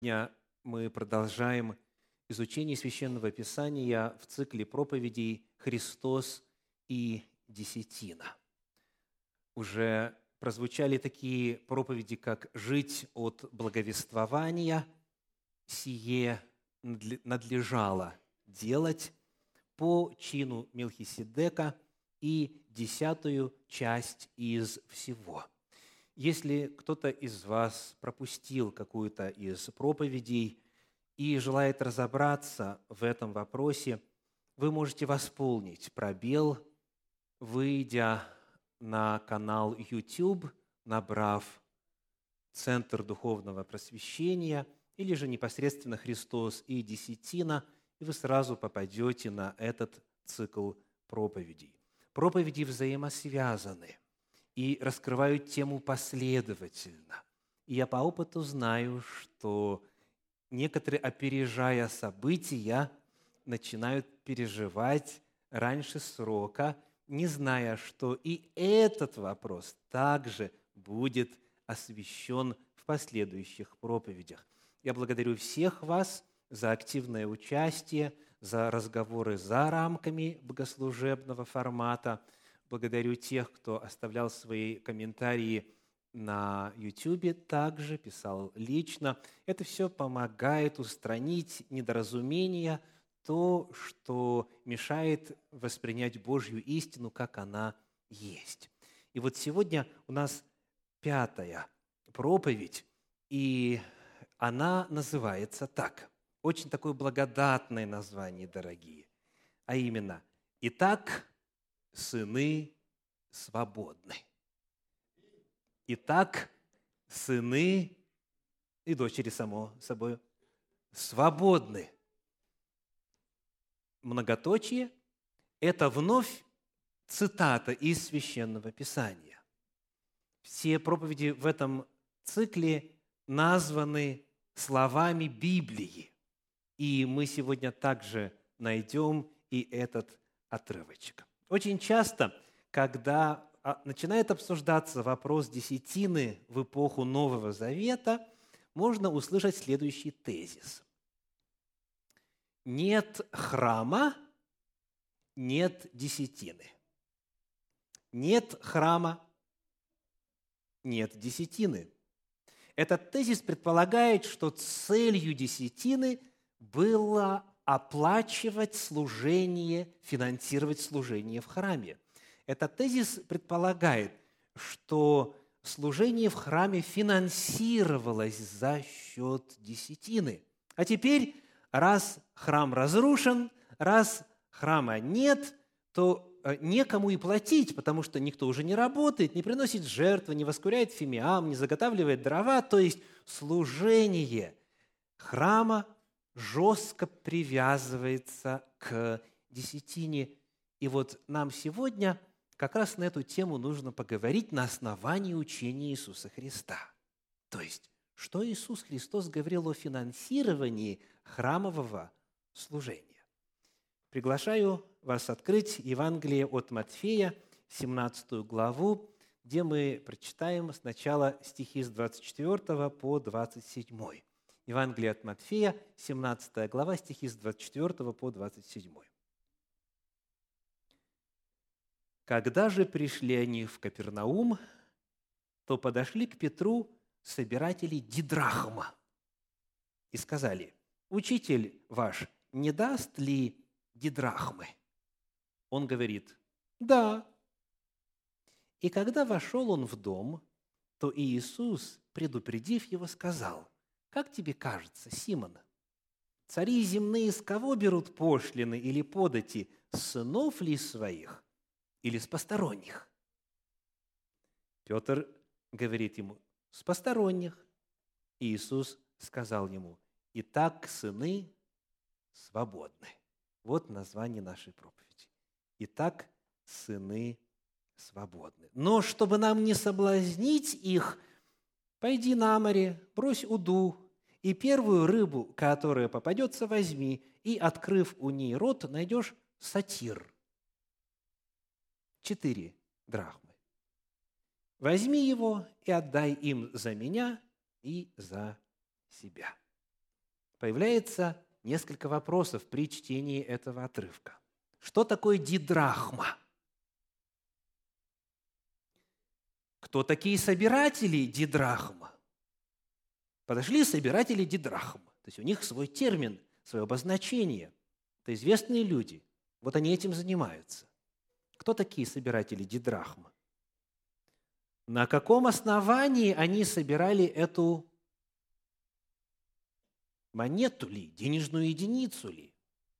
Сегодня мы продолжаем изучение Священного Писания в цикле проповедей «Христос и десятина». Уже прозвучали такие проповеди, как «Жить от благовествования», «Сие надлежало делать», «По чину Мелхиседека» и «10-ю часть из всего». Если кто-то из вас пропустил какую-то из проповедей и желает разобраться в этом вопросе, вы можете восполнить пробел, выйдя на канал YouTube, набрав «Центр духовного просвещения» или же непосредственно «Христос и десятина», и вы сразу попадете на этот цикл проповедей. Проповеди взаимосвязаны и раскрывают тему последовательно. И я по опыту знаю, что некоторые, опережая события, начинают переживать раньше срока, не зная, что и этот вопрос также будет освещен в последующих проповедях. Я благодарю всех вас за активное участие, за разговоры за рамками богослужебного формата. Благодарю тех, кто оставлял свои комментарии на YouTube, также писал лично. Это все помогает устранить недоразумения, то, что мешает воспринять Божью истину, как она есть. И вот сегодня у нас 5-я проповедь, и она называется так. Очень такое благодатное название, дорогие. А именно «Итак, сыны свободны». Итак, сыны и дочери, само собой, свободны. Многоточие – это вновь цитата из Священного Писания. Все проповеди в этом цикле названы словами Библии. И мы сегодня также найдем и этот отрывочек. Очень часто, когда начинает обсуждаться вопрос десятины в эпоху Нового Завета, можно услышать следующий тезис. Нет храма, нет десятины. Нет храма, нет десятины. Этот тезис предполагает, что целью десятины было оплачивать служение, финансировать служение в храме. Этот тезис предполагает, что служение в храме финансировалось за счет десятины. А теперь, раз храм разрушен, раз храма нет, то некому и платить, потому что никто уже не работает, не приносит жертвы, не воскуряет фимиам, не заготавливает дрова. То есть служение храма жестко привязывается к десятине. И вот нам сегодня как раз на эту тему нужно поговорить на основании учения Иисуса Христа. То есть, что Иисус Христос говорил о финансировании храмового служения. Приглашаю вас открыть Евангелие от Матфея, 17 главу, где мы прочитаем сначала стихи с 24 по 27. Евангелие от Матфея, 17 глава, стихи с 24 по 27. «Когда же пришли они в Капернаум, то подошли к Петру собиратели дидрахма и сказали: „Учитель ваш не даст ли дидрахмы?“ Он говорит: „Да“. И когда вошел он в дом, то Иисус, предупредив его, сказал: „Как тебе кажется, Симон, цари земные с кого берут пошлины или подати, с сынов ли своих или с посторонних?“ Петр говорит ему: „С посторонних“. Иисус сказал ему: „Итак, сыны свободны“. Вот название нашей проповеди. «Итак, сыны свободны. Но чтобы нам не соблазнить их, пойди на море, брось уду, и первую рыбу, которая попадется, возьми, и, открыв у ней рот, найдешь сатир. 4 драхмы. Возьми его и отдай им за меня и за себя“. появляется несколько вопросов при чтении этого отрывка. Что такое дидрахма? Кто такие собиратели дидрахма? Подошли собиратели дидрахм. То есть у них свой термин, свое обозначение. Это известные люди. Вот они этим занимаются. Кто такие собиратели дидрахма? На каком основании они собирали эту монету ли, денежную единицу ли?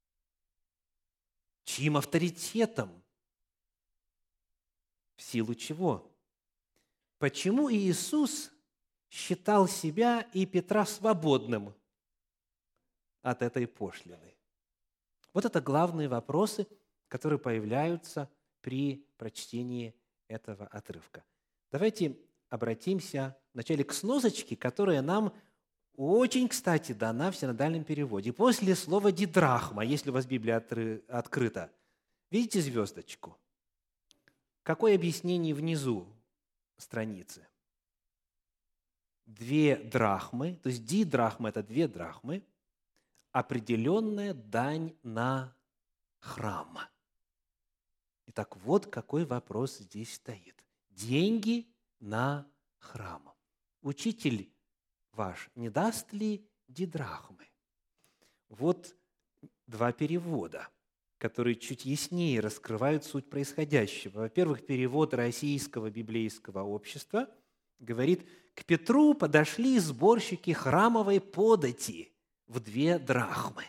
Чьим авторитетом? В силу чего? Почему Иисус считал себя и Петра свободным от этой пошлины? Вот это главные вопросы, которые появляются при прочтении этого отрывка. Давайте обратимся вначале к сносочке, которая нам очень, кстати, дана в синодальном переводе. После слова «дидрахма», если у вас Библия открыта, видите звездочку? Какое объяснение внизу страницы? 2 драхмы, то есть дидрахма – это 2 драхмы, определенная дань на храм. Итак, вот какой вопрос здесь стоит. Деньги на храм. Учитель ваш не даст ли дидрахмы? Вот 2 перевода, которые чуть яснее раскрывают суть происходящего. Во-первых, перевод Российского библейского общества говорит: «К Петру подошли сборщики храмовой подати в 2 драхмы».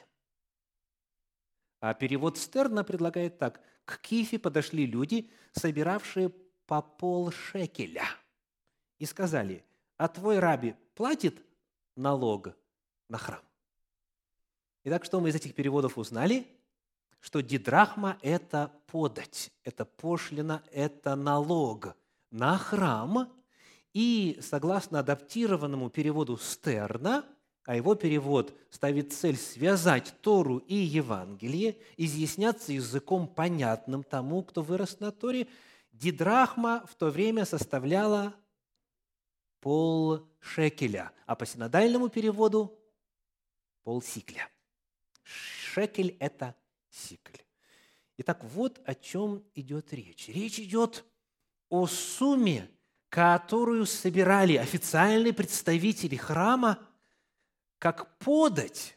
А перевод Стерна предлагает так: «К Кифе подошли люди, собиравшие по полшекеля, и сказали: а твой раби платит налог на храм?» Итак, что мы из этих переводов узнали? Что дидрахма – это подать, это пошлина, это налог на храм. И согласно адаптированному переводу Стерна, а его перевод ставит цель связать Тору и Евангелие, изъясняться языком, понятным тому, кто вырос на Торе, дидрахма в то время составляла полшекеля, а по синодальному переводу – полсикля. Шекель – это сикль. Итак, вот о чем идет речь. Речь идет о сумме, которую собирали официальные представители храма как подать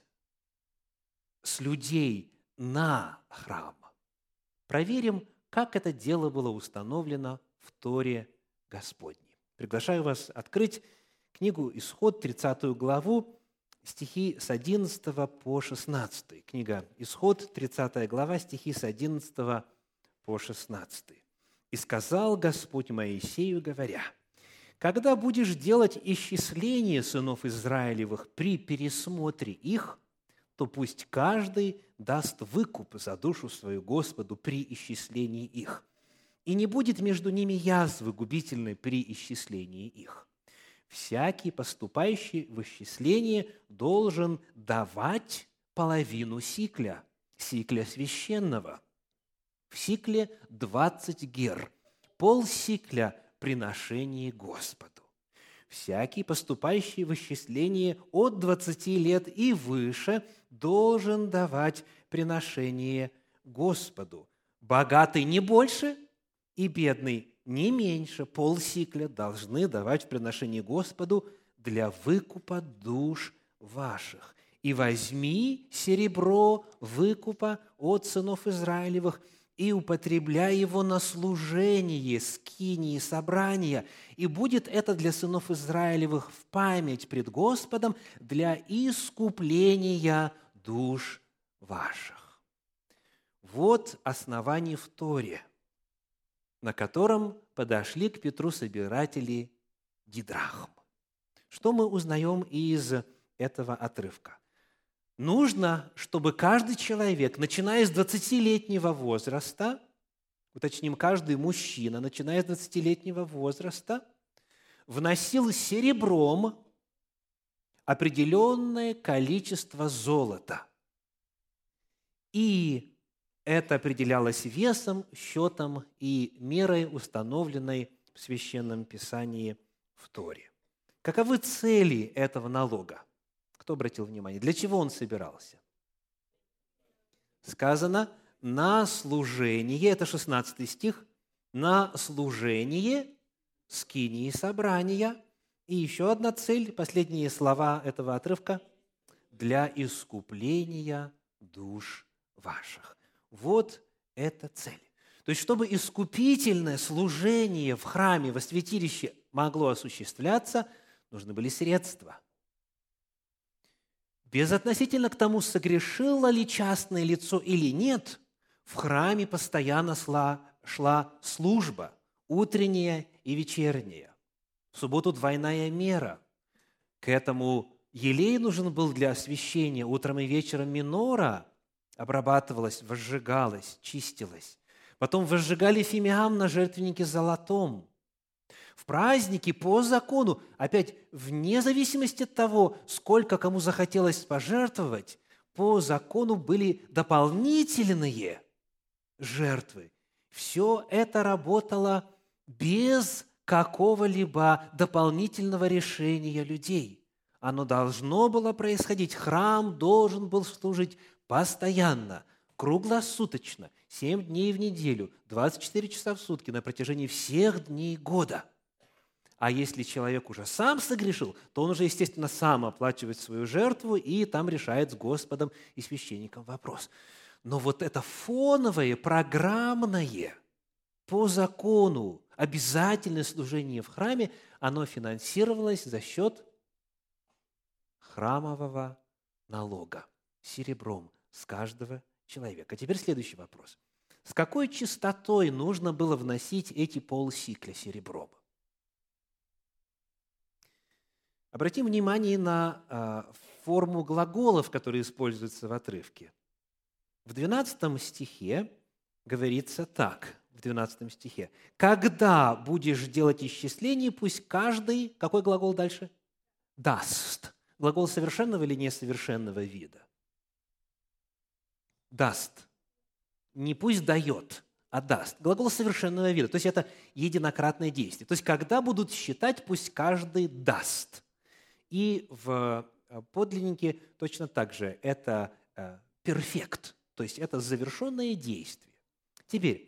с людей на храм. Проверим, как это дело было установлено в Торе Господней. Приглашаю вас открыть книгу «Исход», 30 главу, стихи с 11 по 16. Книга «Исход», 30 глава, стихи с 11 по 16. «И сказал Господь Моисею, говоря: когда будешь делать исчисление сынов Израилевых при пересмотре их, то пусть каждый даст выкуп за душу свою Господу при исчислении их, и не будет между ними язвы губительной при исчислении их. Всякий, поступающий в исчисление, должен давать половину сикля священного. В сикле 20 гер, полсикля приношение Господу. Всякий, поступающий в исчисление от 20 лет и выше, должен давать приношение Господу. Богатый не больше и бедный не меньше полсикля должны давать в приношение Господу для выкупа душ ваших. И возьми серебро выкупа от сынов Израилевых и употребляй его на служение скинии собрания, и будет это для сынов Израилевых в память пред Господом для искупления душ ваших». Вот основание в Торе, на котором подошли к Петру собиратели дидрахм. Что мы узнаем из этого отрывка? Нужно, чтобы каждый человек, начиная с 20-летнего возраста, уточним, каждый мужчина, начиная с 20-летнего возраста, вносил серебром определенное количество золота. И это определялось весом, счетом и мерой, установленной в Священном Писании в Торе. Каковы цели этого налога? Кто обратил внимание? Для чего он собирался? Сказано «на служение», это 16 стих, «на служение скинии собрания». И еще одна цель, последние слова этого отрывка – «для искупления душ ваших». Вот это цель. То есть, чтобы искупительное служение в храме, во святилище могло осуществляться, нужны были средства. Безотносительно к тому, согрешило ли частное лицо или нет, в храме постоянно шла служба, утренняя и вечерняя. В субботу двойная мера. К этому елей нужен был для освящения. Утром и вечером минора обрабатывалась, возжигалась, чистилась. Потом возжигали фимиам на жертвеннике золотом. В праздники по закону, опять вне зависимости от того, сколько кому захотелось пожертвовать, по закону были дополнительные жертвы. Все это работало без какого-либо дополнительного решения людей. Оно должно было происходить, храм должен был служить постоянно, круглосуточно, 7 дней в неделю, 24 часа в сутки на протяжении всех дней года. А если человек уже сам согрешил, то он уже, естественно, сам оплачивает свою жертву и там решает с Господом и священником вопрос. Но вот это фоновое, программное, по закону, обязательное служение в храме, оно финансировалось за счет храмового налога серебром с каждого человека. А теперь следующий вопрос. С какой частотой нужно было вносить эти полсикля серебром? Обратим внимание на форму глаголов, которые используются в отрывке. В 12 стихе говорится так, в 12 стихе. «Когда будешь делать исчисление, пусть каждый…» Какой глагол дальше? «Даст». Глагол совершенного или несовершенного вида? «Даст». Не «пусть дает», а «даст». Глагол совершенного вида. То есть это единократное действие. То есть когда будут считать, пусть каждый даст. И в подлиннике точно так же это перфект, то есть это завершенное действие. Теперь,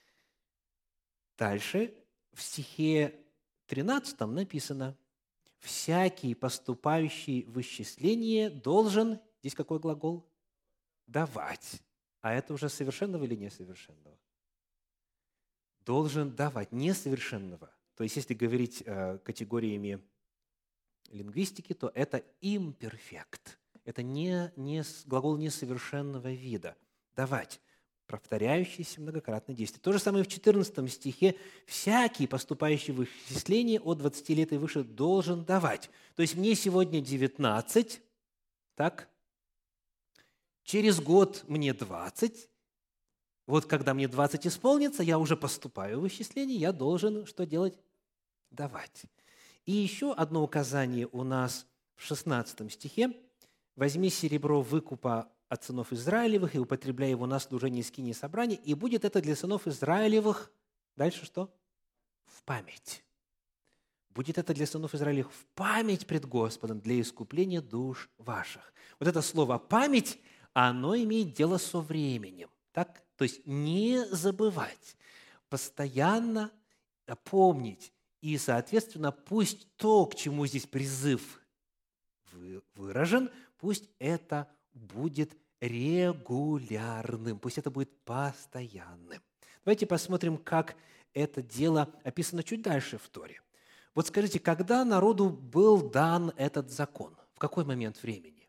дальше в стихе 13 написано: «Всякий, поступающий в исчисление, должен…» Здесь какой глагол? «Давать». А это уже совершенного или несовершенного? Должен давать, несовершенного. То есть если говорить категориями лингвистики, то это имперфект. Это глагол несовершенного вида. Давать. Повторяющееся многократное действие. То же самое в 14 стихе. «Всякий, поступающий в исчисление от 20 лет и выше, должен давать». То есть мне сегодня 19, так? Через год мне 20. Вот когда мне 20 исполнится, я уже поступаю в исчисление, я должен что делать? Давать. И еще одно указание у нас в 16 стихе. «Возьми серебро выкупа от сынов Израилевых и употребляй его на служение скинии собрания, и будет это для сынов Израилевых…» Дальше что? «В память». Будет это для сынов Израилевых в память пред Господом для искупления душ ваших. Вот это слово «память», оно имеет дело со временем. Так? То есть не забывать, постоянно помнить. И, соответственно, пусть то, к чему здесь призыв выражен, пусть это будет регулярным, пусть это будет постоянным. Давайте посмотрим, как это дело описано чуть дальше в Торе. Вот скажите, когда народу был дан этот закон? В какой момент времени?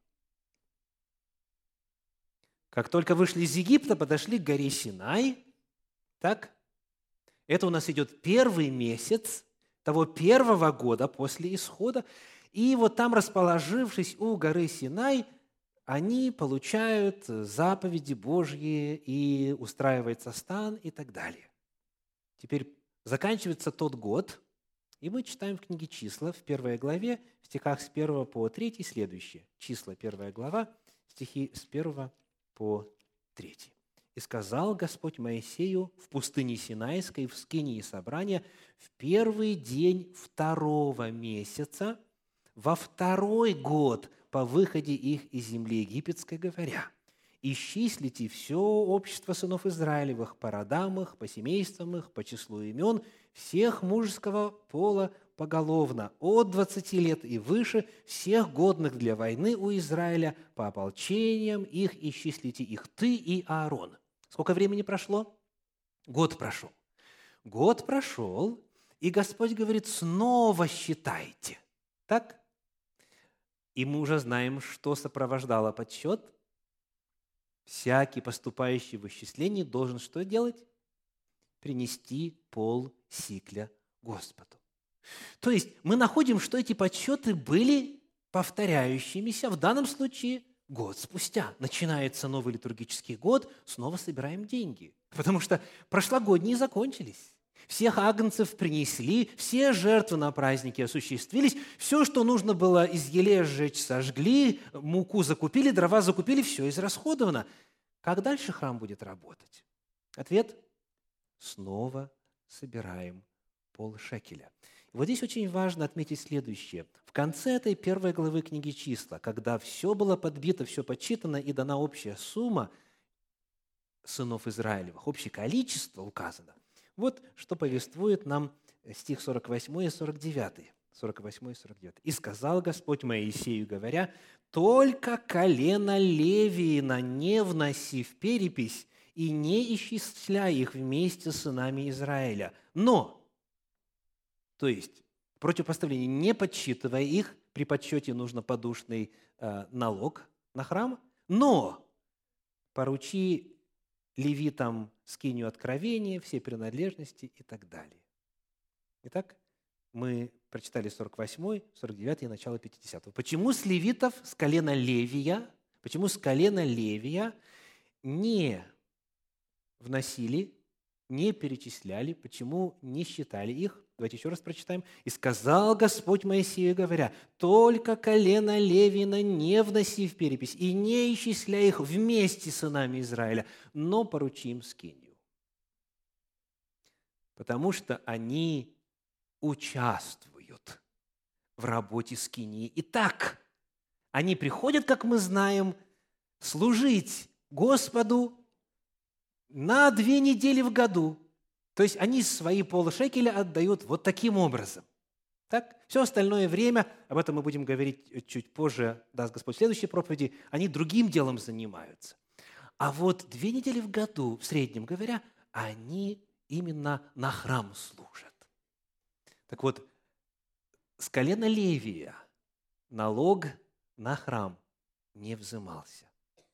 Как только вышли из Египта, подошли к горе Синай, так? Это у нас идет первый месяц того первого года после исхода. И вот там, расположившись у горы Синай, они получают заповеди Божьи, и устраивается стан и так далее. Теперь заканчивается тот год, и мы читаем в книге «Числа» в 1 главе, в стихах с 1 по 3 следующее. Числа, 1 глава, стихи с 1 по 3. «И сказал Господь Моисею в пустыне Синайской, в скинии собрания, в первый день 2-го месяца, во 2-й год по выходе их из земли египетской, говоря: исчислите все общество сынов Израилевых по родам их, по семействам их, по числу имен, всех мужеского пола поголовно, от 20 лет и выше, всех годных для войны у Израиля, по ополчениям их исчислите их ты и Аарон». Сколько времени прошло? Год прошел. Год прошел, и Господь говорит: снова считайте. Так? И мы уже знаем, что сопровождало подсчет. Всякий, поступающий в исчислении, должен что делать? Принести полсикля Господу. То есть мы находим, что эти подсчеты были повторяющимися. В данном случае год спустя. Начинается новый литургический год, снова собираем деньги. Потому что прошлогодние закончились. Всех агнцев принесли, все жертвы на празднике осуществились, все, что нужно было из елея сжечь, сожгли, муку закупили, дрова закупили, все израсходовано. Как дальше храм будет работать? Ответ – снова собираем полшекеля. Вот здесь очень важно отметить следующее. В конце этой первой главы книги «Числа», когда все было подбито, все подсчитано и дана общая сумма сынов Израилевых, общее количество указано, вот что повествует нам стих 48 и 49. 48 и 49. «И сказал Господь Моисею, говоря: только колено Левиина не вноси в перепись и не исчисляй их вместе с сынами Израиля. Но, то есть, противопоставление, не подсчитывая их, при подсчете нужно подушный налог на храм, но поручи левитам скинию откровения, все принадлежности и так далее». Итак, мы прочитали 48, 49 и начало 50. Почему с левитов, с колена Левия, почему с колена Левия не вносили, не перечисляли, почему не считали их? Давайте еще раз прочитаем. «И сказал Господь Моисею, говоря: только колено Левина не вноси в перепись и не исчисляй их вместе с сынами Израиля, но поручи им скинию, потому что они участвуют в работе скинии. Итак, они приходят, как мы знаем, служить Господу на 2 недели в году. То есть они свои полшекеля отдают вот таким образом. Так? Все остальное время, об этом мы будем говорить чуть позже, даст Господь в следующей проповеди, они другим делом занимаются. А вот 2 недели в году, в среднем говоря, они именно на храм служат. Так вот, с колена Левия налог на храм не взымался.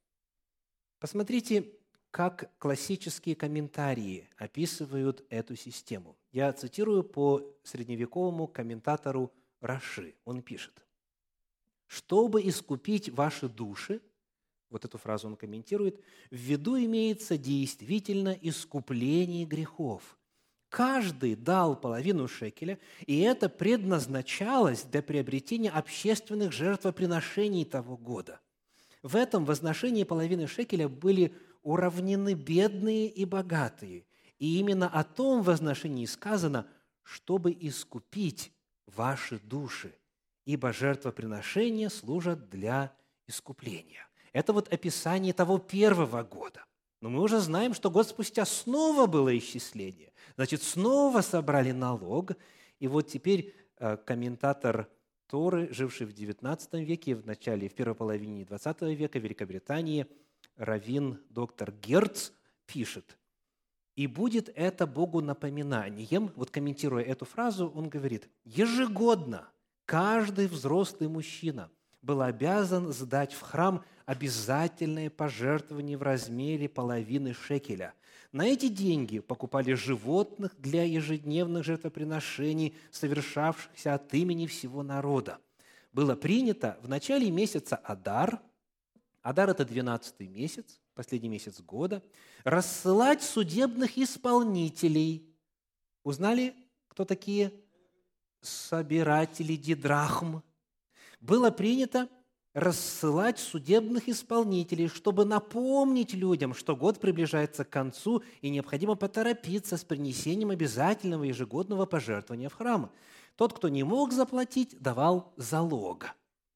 Посмотрите, как классические комментарии описывают эту систему. Я цитирую по средневековому комментатору Раши. Он пишет: «Чтобы искупить ваши души», вот эту фразу он комментирует, «в виду имеется действительно искупление грехов. Каждый дал половину шекеля, и это предназначалось для приобретения общественных жертвоприношений того года. В этом возношении половины шекеля были уравнены бедные и богатые. И именно о том возношении сказано: чтобы искупить ваши души, ибо жертвоприношения служат для искупления». Это вот описание того первого года. Но мы уже знаем, что год спустя снова было исчисление. Значит, снова собрали налог. И вот теперь комментатор Торы, живший в XIX веке, в первой половине XX века в Великобритании, раввин доктор Герц пишет: «И будет это Богу напоминанием». Вот комментируя эту фразу, он говорит: «Ежегодно каждый взрослый мужчина был обязан сдать в храм обязательное пожертвование в размере половины шекеля. На эти деньги покупали животных для ежедневных жертвоприношений, совершавшихся от имени всего народа. Было принято в начале месяца Адар, Адар – это 12-й месяц, последний месяц года, рассылать судебных исполнителей». Узнали, кто такие? Собиратели дидрахм. Было принято рассылать судебных исполнителей, чтобы напомнить людям, что год приближается к концу и необходимо поторопиться с принесением обязательного ежегодного пожертвования в храм. Тот, кто не мог заплатить, давал залог. В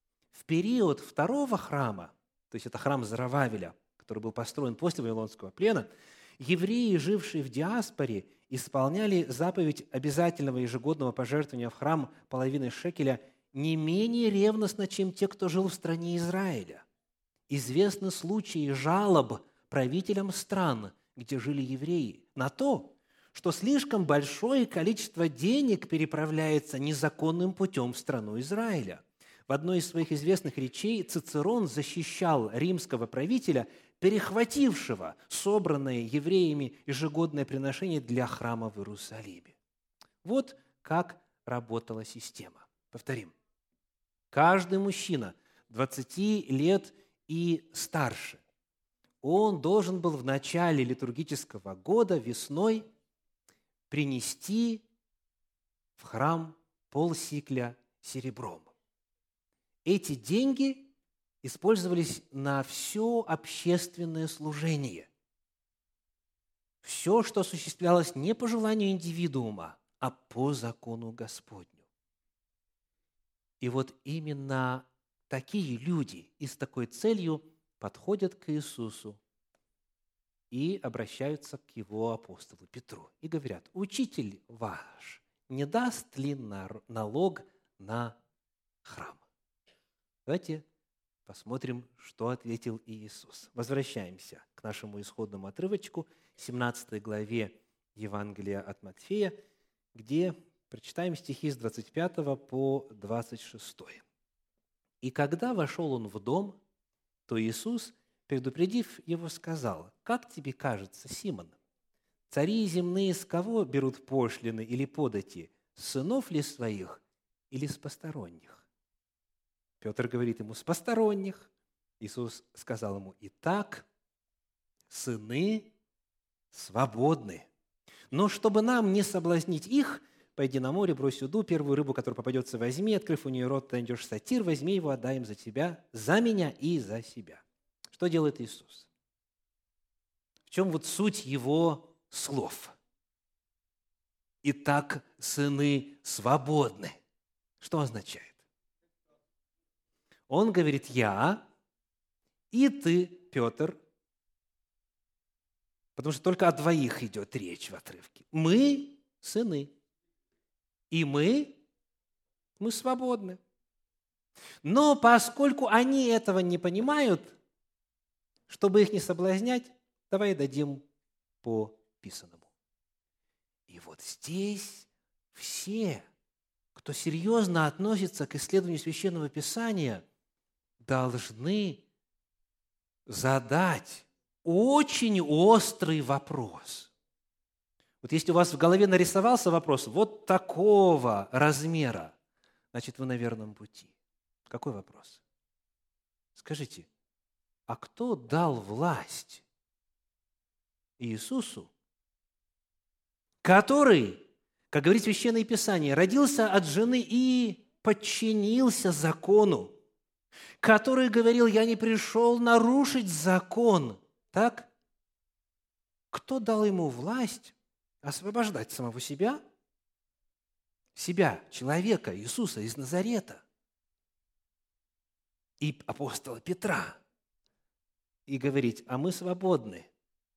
в период второго храма, то есть это храм Зоровавеля, который был построен после Вавилонского плена, евреи, жившие в диаспоре, исполняли заповедь обязательного ежегодного пожертвования в храм половины шекеля не менее ревностно, чем те, кто жил в стране Израиля. Известны случаи жалоб правителям стран, где жили евреи, на то, что слишком большое количество денег переправляется незаконным путем в страну Израиля. В одной из своих известных речей Цицерон защищал римского правителя, перехватившего собранное евреями ежегодное приношение для храма в Иерусалиме. Вот как работала система. Повторим. Каждый мужчина 20 лет и старше, он должен был в начале литургического года весной принести в храм полсикля серебром. Эти деньги использовались на все общественное служение. Все, что осуществлялось не по желанию индивидуума, а по закону Господню. И вот именно такие люди и с такой целью подходят к Иисусу и обращаются к его апостолу Петру и говорят: «Учитель ваш не даст ли налог на храм?» Давайте посмотрим, что ответил Иисус. Возвращаемся к нашему исходному отрывочку, 17 главе Евангелия от Матфея, где прочитаем стихи с 25 по 26. «И когда вошел он в дом, то Иисус, предупредив его, сказал: „Как тебе кажется, Симон, цари земные с кого берут пошлины или подати, с сынов ли своих или с посторонних?“ Петр говорит ему: „С посторонних“. Иисус сказал ему: „Итак, сыны свободны. Но чтобы нам не соблазнить их, пойди на море, брось уду, первую рыбу, которая попадется, возьми, открыв у нее рот, ты найдешь сатир, возьми его, отдай им за тебя, за меня и за себя“. Что делает Иисус? В чем вот суть его слов? «Итак, сыны свободны». Что означает? Он говорит: «Я и ты, Петр», потому что только о двоих идет речь в отрывке. «Мы сыны, и мы свободны». Но поскольку они этого не понимают, чтобы их не соблазнять, давай дадим по писанному. И вот здесь все, кто серьезно относится к исследованию Священного Писания, должны задать очень острый вопрос. Вот если у вас в голове нарисовался вопрос вот такого размера, значит, вы на верном пути. Какой вопрос? Скажите, а кто дал власть Иисусу, который, как говорит Священное Писание, родился от жены и подчинился закону, который говорил: «Я не пришел нарушить закон». Так? Кто дал ему власть освобождать самого себя, человека, Иисуса из Назарета, и апостола Петра, и говорить: «А мы свободны»?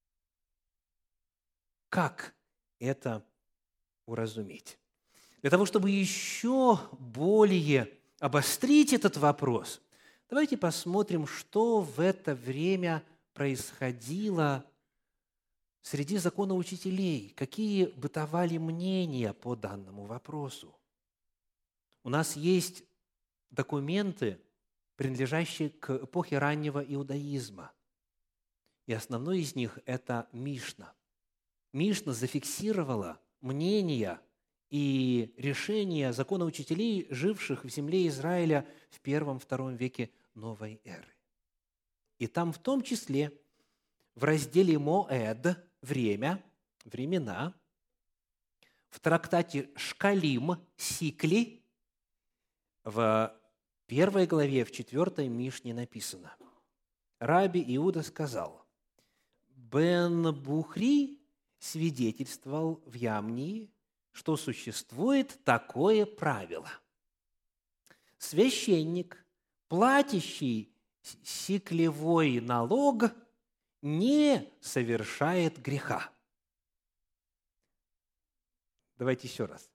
Как это уразуметь? Для того, чтобы еще более обострить этот вопрос, давайте посмотрим, что в это время происходило среди законоучителей, какие бытовали мнения по данному вопросу. У нас есть документы, принадлежащие к эпохе раннего иудаизма. И основной из них – это Мишна. Мишна зафиксировала мнения и решения законоучителей, живших в земле Израиля в I-II веке новой эры. И там в том числе в разделе Моэд – время, времена, в трактате Шкалим, Сикли, в 1 главе, в 4 Мишне написано: «Раби Иуда сказал: Бен Бухри свидетельствовал в Ямнии, что существует такое правило. Священник, платящий сиклевой налог не совершает греха. Давайте еще раз.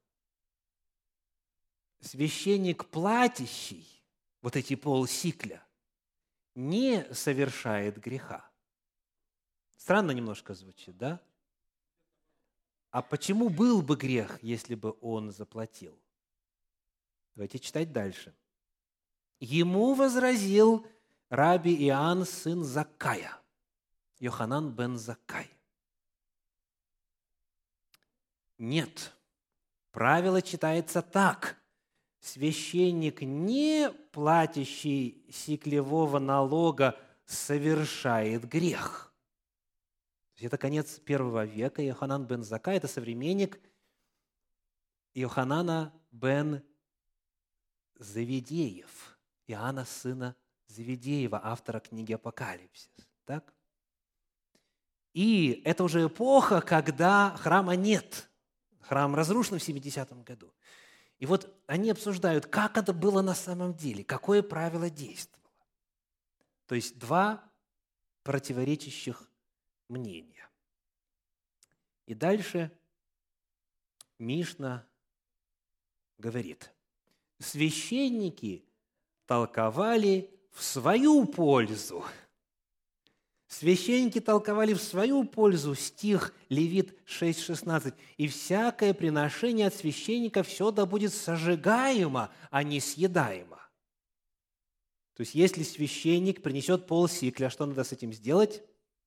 Священник, платящий вот эти полсикля, не совершает греха. Странно немножко звучит, да? А почему был бы грех, если бы он заплатил? Давайте читать дальше. Ему возразил раби Иоанн, сын Заккая, Йоханан бен Заккай. Нет, правило читается так. Священник, не платящий сиклевого налога, совершает грех. Это конец первого века. Йоханан бен Заккай – это современник Йоханана бен Завидеев, Иоанна, сына Завидеева, автора книги «Апокалипсис». Так? И это уже эпоха, когда храма нет. Храм разрушен в 70-м году. И вот они обсуждают, как это было на самом деле, какое правило действовало. То есть два противоречащих мнения. И дальше Мишна говорит, священники толковали в свою пользу. Священники толковали в свою пользу стих Левит 6:16. «И всякое приношение от священника все да будет сожигаемо, а не съедаемо». То есть, если священник принесет полсикля, что надо с этим сделать?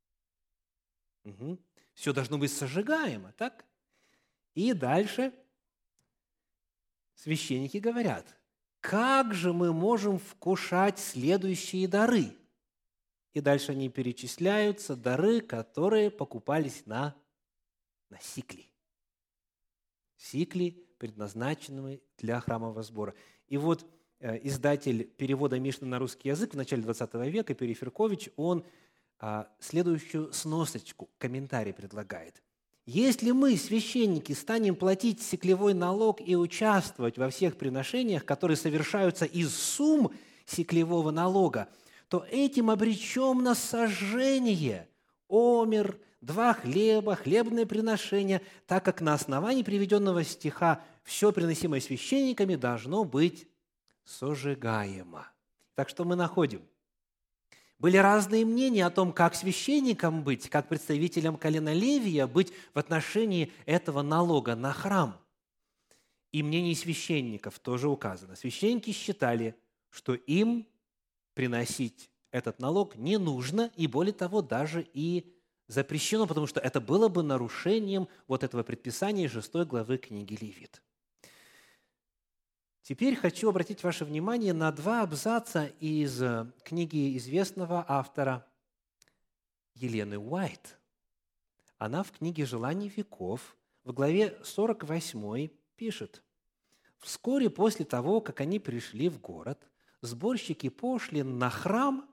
Все должно быть сожигаемо, так? И дальше священники говорят, как же мы можем вкушать следующие дары? И дальше они перечисляются, дары, которые покупались на сикли. Сикли, предназначенные для храмового сбора. И вот издатель перевода Мишны на русский язык в начале XX века, Периферкович, он следующую сносочку, комментарий предлагает. Если мы, священники, станем платить сиклевой налог и участвовать во всех приношениях, которые совершаются из сумм сиклевого налога, то этим обречем на сожжение омер, 2 хлеба, хлебное приношение, так как на основании приведенного стиха все приносимое священниками должно быть сожигаемо. Так что мы находим? Были разные мнения о том, как священникам быть, как представителям колена Левия быть в отношении этого налога на храм. И мнение священников тоже указано. Священники считали, что им приносить этот налог не нужно, и более того, даже и запрещено, потому что это было бы нарушением вот этого предписания 6 главы книги Левит. Теперь хочу обратить ваше внимание на 2 абзаца из книги известного автора Елены Уайт. Она в книге «Желание веков» в главе 48 пишет: «Вскоре после того, как они пришли в город, сборщик пошлин на храм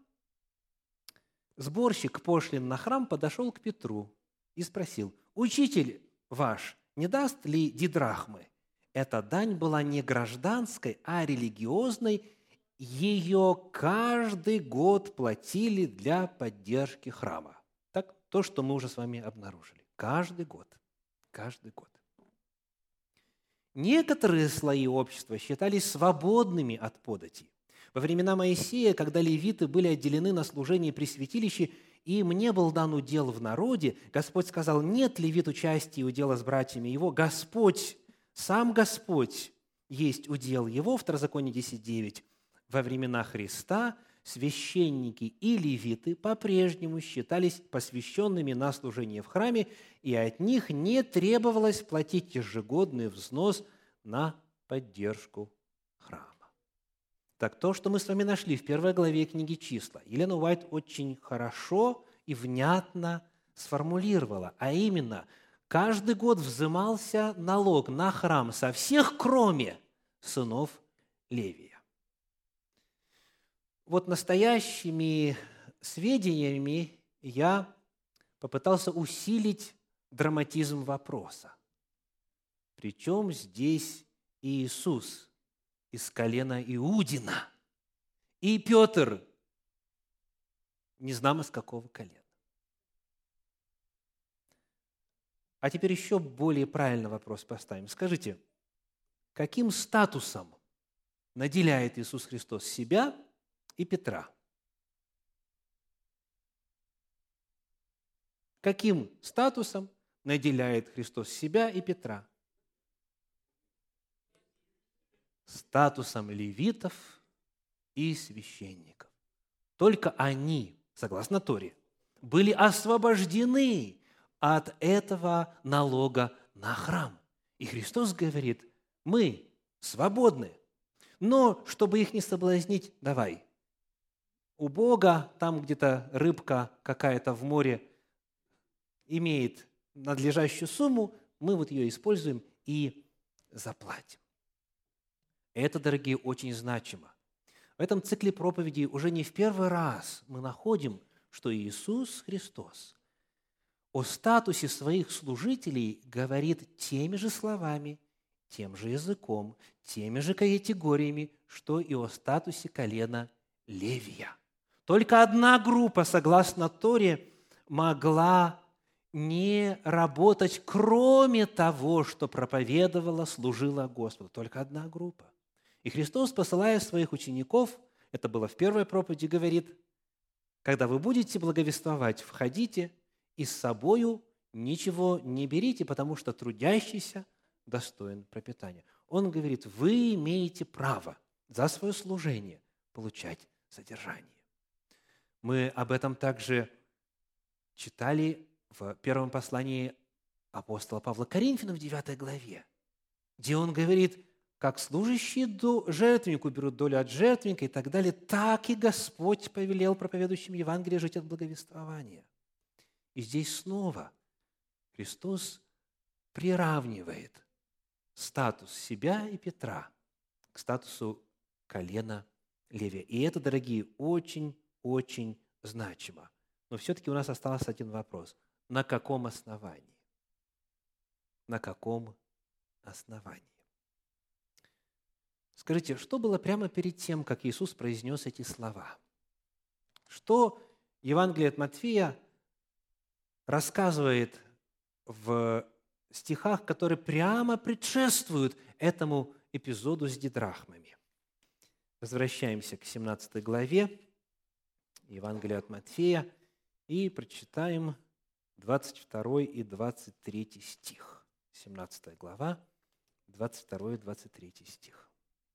подошел к Петру и спросил: «Учитель ваш не даст ли дидрахмы?» Эта дань была не гражданской, а религиозной. Ее каждый год платили для поддержки храма. Так, то, что мы уже с вами обнаружили. Каждый год. Каждый год. Некоторые слои общества считались свободными от подати. Во времена Моисея, когда левиты были отделены на служение при святилище, и им не был дан удел в народе, Господь сказал: «Нет левиту части и удела с братьями его, Господь, сам Господь есть удел его». Второзаконие 10:9. Во времена Христа священники и левиты по-прежнему считались посвященными на служение в храме, и от них не требовалось платить ежегодный взнос на поддержку храма. Так, то, что мы с вами нашли в 1 главе книги «Числа», Елена Уайт очень хорошо и внятно сформулировала, а именно, каждый год взимался налог на храм со всех, кроме сынов Левия. Вот настоящими сведениями я попытался усилить драматизм вопроса. Причем здесь Иисус из колена Иудина? И Петр, не знамо из какого колена. А теперь еще более правильный вопрос поставим. Скажите, каким статусом наделяет Иисус Христос себя и Петра? Каким статусом наделяет Христос себя и Петра? Статусом левитов и священников. Только они, согласно Торе, были освобождены от этого налога на храм. И Христос говорит: мы свободны, но чтобы их не соблазнить, давай. У Бога там где-то рыбка какая-то в море имеет надлежащую сумму, мы вот ее используем и заплатим. Это, дорогие, очень значимо. В этом цикле проповедей уже не в первый раз мы находим, что Иисус Христос о статусе своих служителей говорит теми же словами, тем же языком, теми же категориями, что и о статусе колена Левия. Только одна группа, согласно Торе, могла не работать, кроме того, что проповедовала, служила Господу. Только одна группа. И Христос, посылая своих учеников, это было в первой проповеди, говорит: когда вы будете благовествовать, входите и с собою ничего не берите, потому что трудящийся достоин пропитания. Он говорит: вы имеете право за свое служение получать содержание. Мы об этом также читали в первом послании апостола Павла Коринфянам в 9 главе, где он говорит: как служащие жертвеннику берут долю от жертвенника и так далее, так и Господь повелел проповедующим Евангелие жить от благовествования. И здесь снова Христос приравнивает статус себя и Петра к статусу колена Левия. И это, дорогие, очень-очень значимо. Но все-таки у нас остался один вопрос. На каком основании? На каком основании? Скажите, что было прямо перед тем, как Иисус произнес эти слова? Что Евангелие от Матфея рассказывает в стихах, которые прямо предшествуют этому эпизоду с дидрахмами? Возвращаемся к 17 главе Евангелия от Матфея и прочитаем 22 и 23 стих. 17 глава, 22 и 23 стих.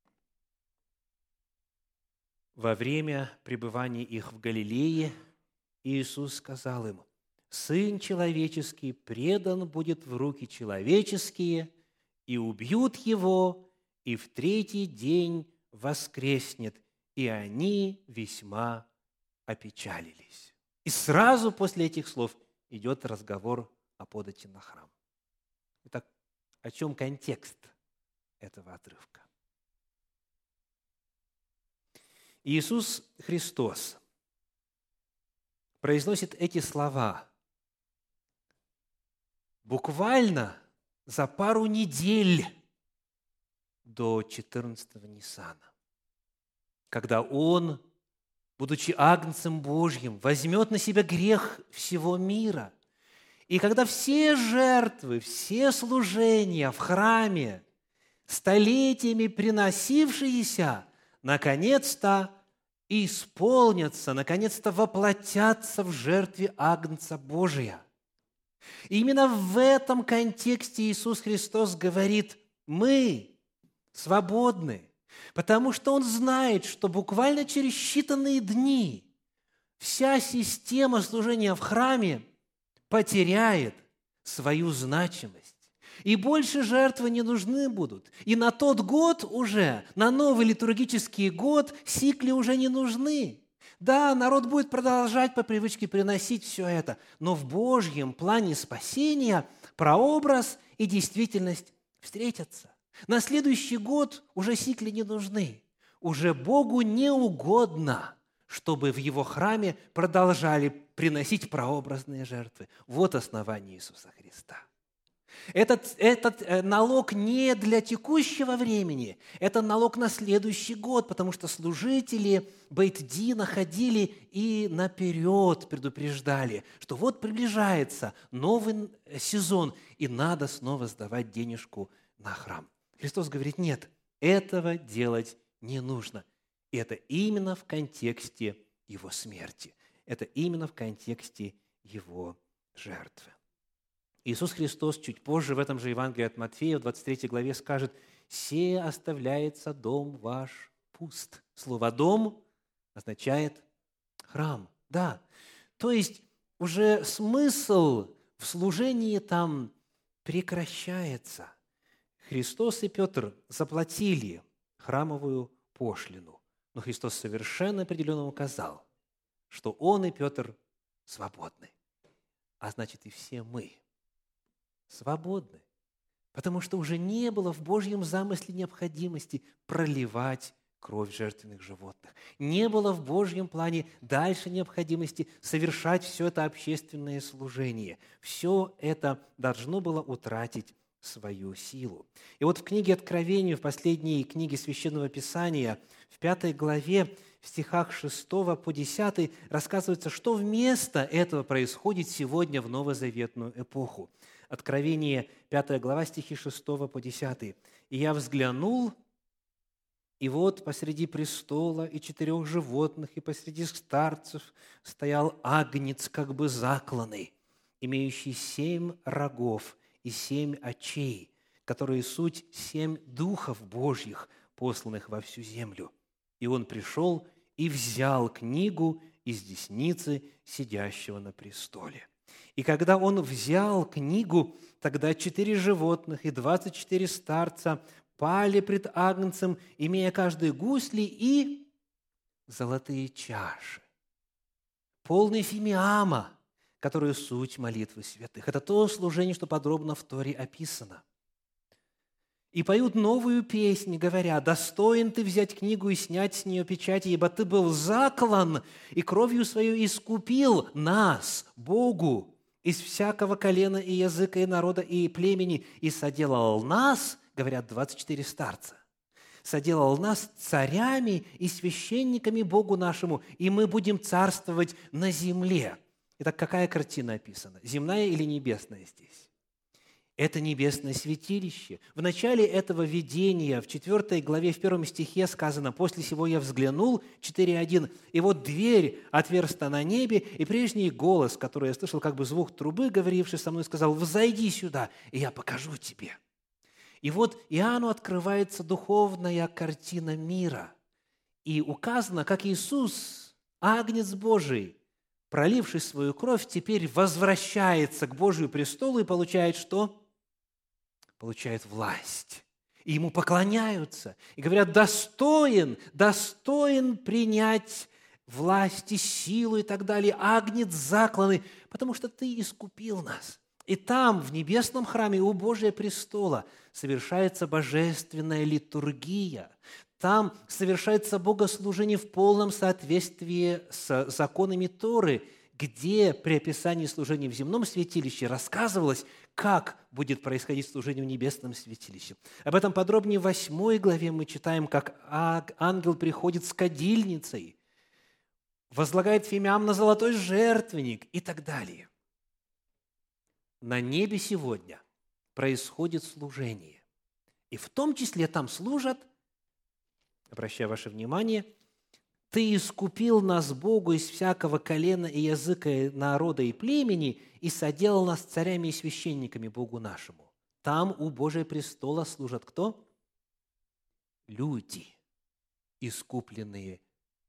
Во время пребывания их в Галилее Иисус сказал им: «Сын человеческий предан будет в руки человеческие, и убьют его, и в третий день воскреснет». И они весьма опечалились. И сразу после этих слов идет разговор о подати на храм. Итак, о чем контекст этого отрывка? Иисус Христос произносит эти слова буквально за пару недель до 14-го Ниссана, когда Он, будучи Агнцем Божьим, возьмет на себя грех всего мира. И когда все жертвы, все служения в храме, столетиями приносившиеся, наконец-то исполнятся, наконец-то воплотятся в жертве Агнца Божия. И именно в этом контексте Иисус Христос говорит: мы свободны, потому что Он знает, что буквально через считанные дни вся система служения в храме потеряет свою значимость. И больше жертвы не нужны будут. И на тот год уже, на новый литургический год, сикли уже не нужны. Да, народ будет продолжать по привычке приносить все это, но в Божьем плане спасения прообраз и действительность встретятся. На следующий год уже сикли не нужны. Уже Богу не угодно, чтобы в Его храме продолжали приносить прообразные жертвы. Вот основание Иисуса Христа. Этот налог не для текущего времени, это налог на следующий год, потому что служители Бейт-Дина ходили и наперед предупреждали, что вот приближается новый сезон, и надо снова сдавать денежку на храм. Христос говорит: нет, этого делать не нужно. И это именно в контексте Его смерти. Это именно в контексте Его жертвы. Иисус Христос чуть позже в этом же Евангелии от Матфея, в 23 главе, скажет: «Се оставляется дом ваш пуст». Слово «дом» означает храм. Да, то есть уже смысл в служении там прекращается. Христос и Петр заплатили храмовую пошлину, но Христос совершенно определенно указал, что Он и Петр свободны, а значит и все мы свободны, потому что уже не было в Божьем замысле необходимости проливать кровь жертвенных животных. Не было в Божьем плане дальше необходимости совершать все это общественное служение. Все это должно было утратить свою силу. И вот в книге Откровения, в последней книге Священного Писания, в 5 главе, в стихах 6 по 10 рассказывается, что вместо этого происходит сегодня в новозаветную эпоху. Откровение, 5 глава, стихи 6 по 10. «И я взглянул, и вот посреди престола и 4 животных, и посреди старцев стоял агнец, как бы закланный, имеющий 7 рогов и 7 очей, которые суть 7 духов Божьих, посланных во всю землю. И он пришел и взял книгу из десницы сидящего на престоле. И когда он взял книгу, тогда 4 животных и 24 старца пали пред агнцем, имея каждый гусли и золотые чаши, полные фимиама, которые суть молитвы святых». Это то служение, что подробно в Торе описано. «И поют новую песнь, говоря: достоин ты взять книгу и снять с нее печати, ибо ты был заклан и кровью свою искупил нас, Богу, из всякого колена и языка и народа и племени, и соделал нас, говорят 24 старца, соделал нас царями и священниками Богу нашему, и мы будем царствовать на земле». Итак, какая картина описана? Земная или небесная здесь? Это небесное святилище. В начале этого видения, в 4 главе, в 1 стихе сказано: «После сего я взглянул», 4:1, «и вот дверь отверста на небе, и прежний голос, который я слышал, как бы звук трубы, говоривший со мной, сказал: взойди сюда, и я покажу тебе». И вот Иоанну открывается духовная картина мира. И указано, как Иисус, Агнец Божий, проливший свою кровь, теперь возвращается к Божию престолу и получает что? Получает власть. И ему поклоняются. И говорят: достоин принять власть и силу и так далее. Агнец закланный, потому что ты искупил нас. И там, в небесном храме у Божия престола, совершается божественная литургия. Там совершается богослужение в полном соответствии с законами Торы, где при описании служения в земном святилище рассказывалось, как будет происходить служение в небесном святилище. Об этом подробнее в 8 главе мы читаем, как ангел приходит с кадильницей, возлагает фимиам на золотой жертвенник и так далее. На небе сегодня происходит служение. И в том числе там служат, обращаю ваше внимание, «Ты искупил нас, Богу, из всякого колена и языка, и народа и племени, и соделал нас царями и священниками Богу нашему». Там у Божия престола служат кто? Люди, искупленные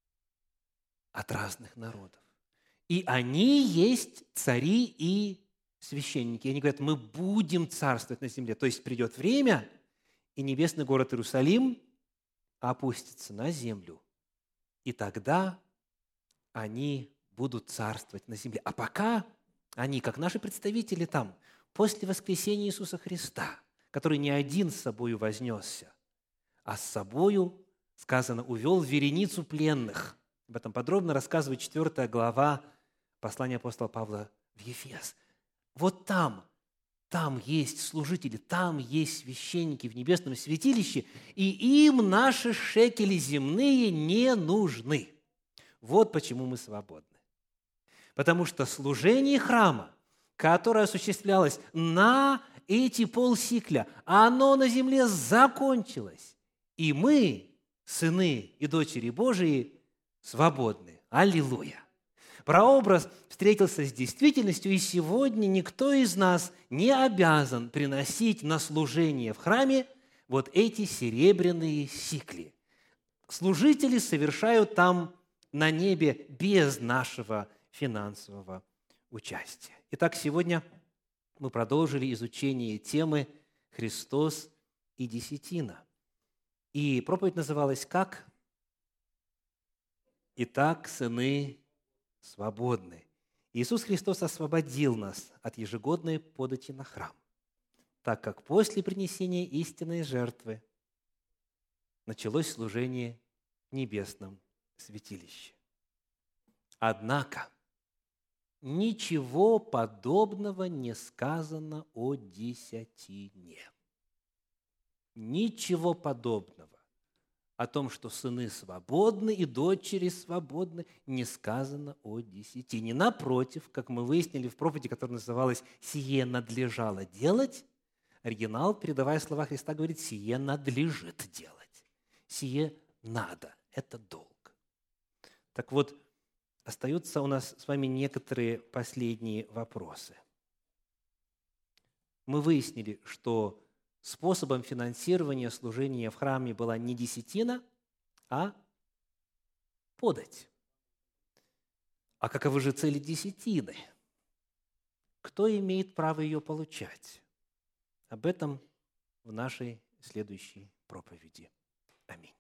от разных народов. И они есть цари и священники. И они говорят: мы будем царствовать на земле. То есть придет время, и небесный город Иерусалим опустится на землю. И тогда они будут царствовать на земле. А пока они, как наши представители там, после воскресения Иисуса Христа, который не один с собою вознесся, а с собою, сказано, увел вереницу пленных. Об этом подробно рассказывает 4 глава послания апостола Павла в Ефес. Вот там там есть служители, там есть священники в небесном святилище, и им наши шекели земные не нужны. Вот почему мы свободны. Потому что служение храма, которое осуществлялось на эти полсикля, оно на земле закончилось. И мы, сыны и дочери Божии, свободны. Аллилуйя! Прообраз встретился с действительностью, и сегодня никто из нас не обязан приносить на служение в храме вот эти серебряные сикли. Служители совершают там на небе без нашего финансового участия. Итак, сегодня мы продолжили изучение темы «Христос и десятина». И проповедь называлась как? «Итак, сыны свободны». Иисус Христос освободил нас от ежегодной подати на храм, так как после принесения истинной жертвы началось служение в небесном святилище. Однако ничего подобного не сказано о десятине. Ничего подобного о том, что сыны свободны и дочери свободны, не сказано о десятине. Напротив, как мы выяснили в проповеди, которая называлась «Сие надлежало делать», оригинал, передавая слова Христа, говорит «Сие надлежит делать». Сие надо, это долг. Так вот, остаются у нас с вами некоторые последние вопросы. Мы выяснили, что способом финансирования служения в храме была не десятина, а подать. А каковы же цели десятины? Кто имеет право ее получать? Об этом в нашей следующей проповеди. Аминь.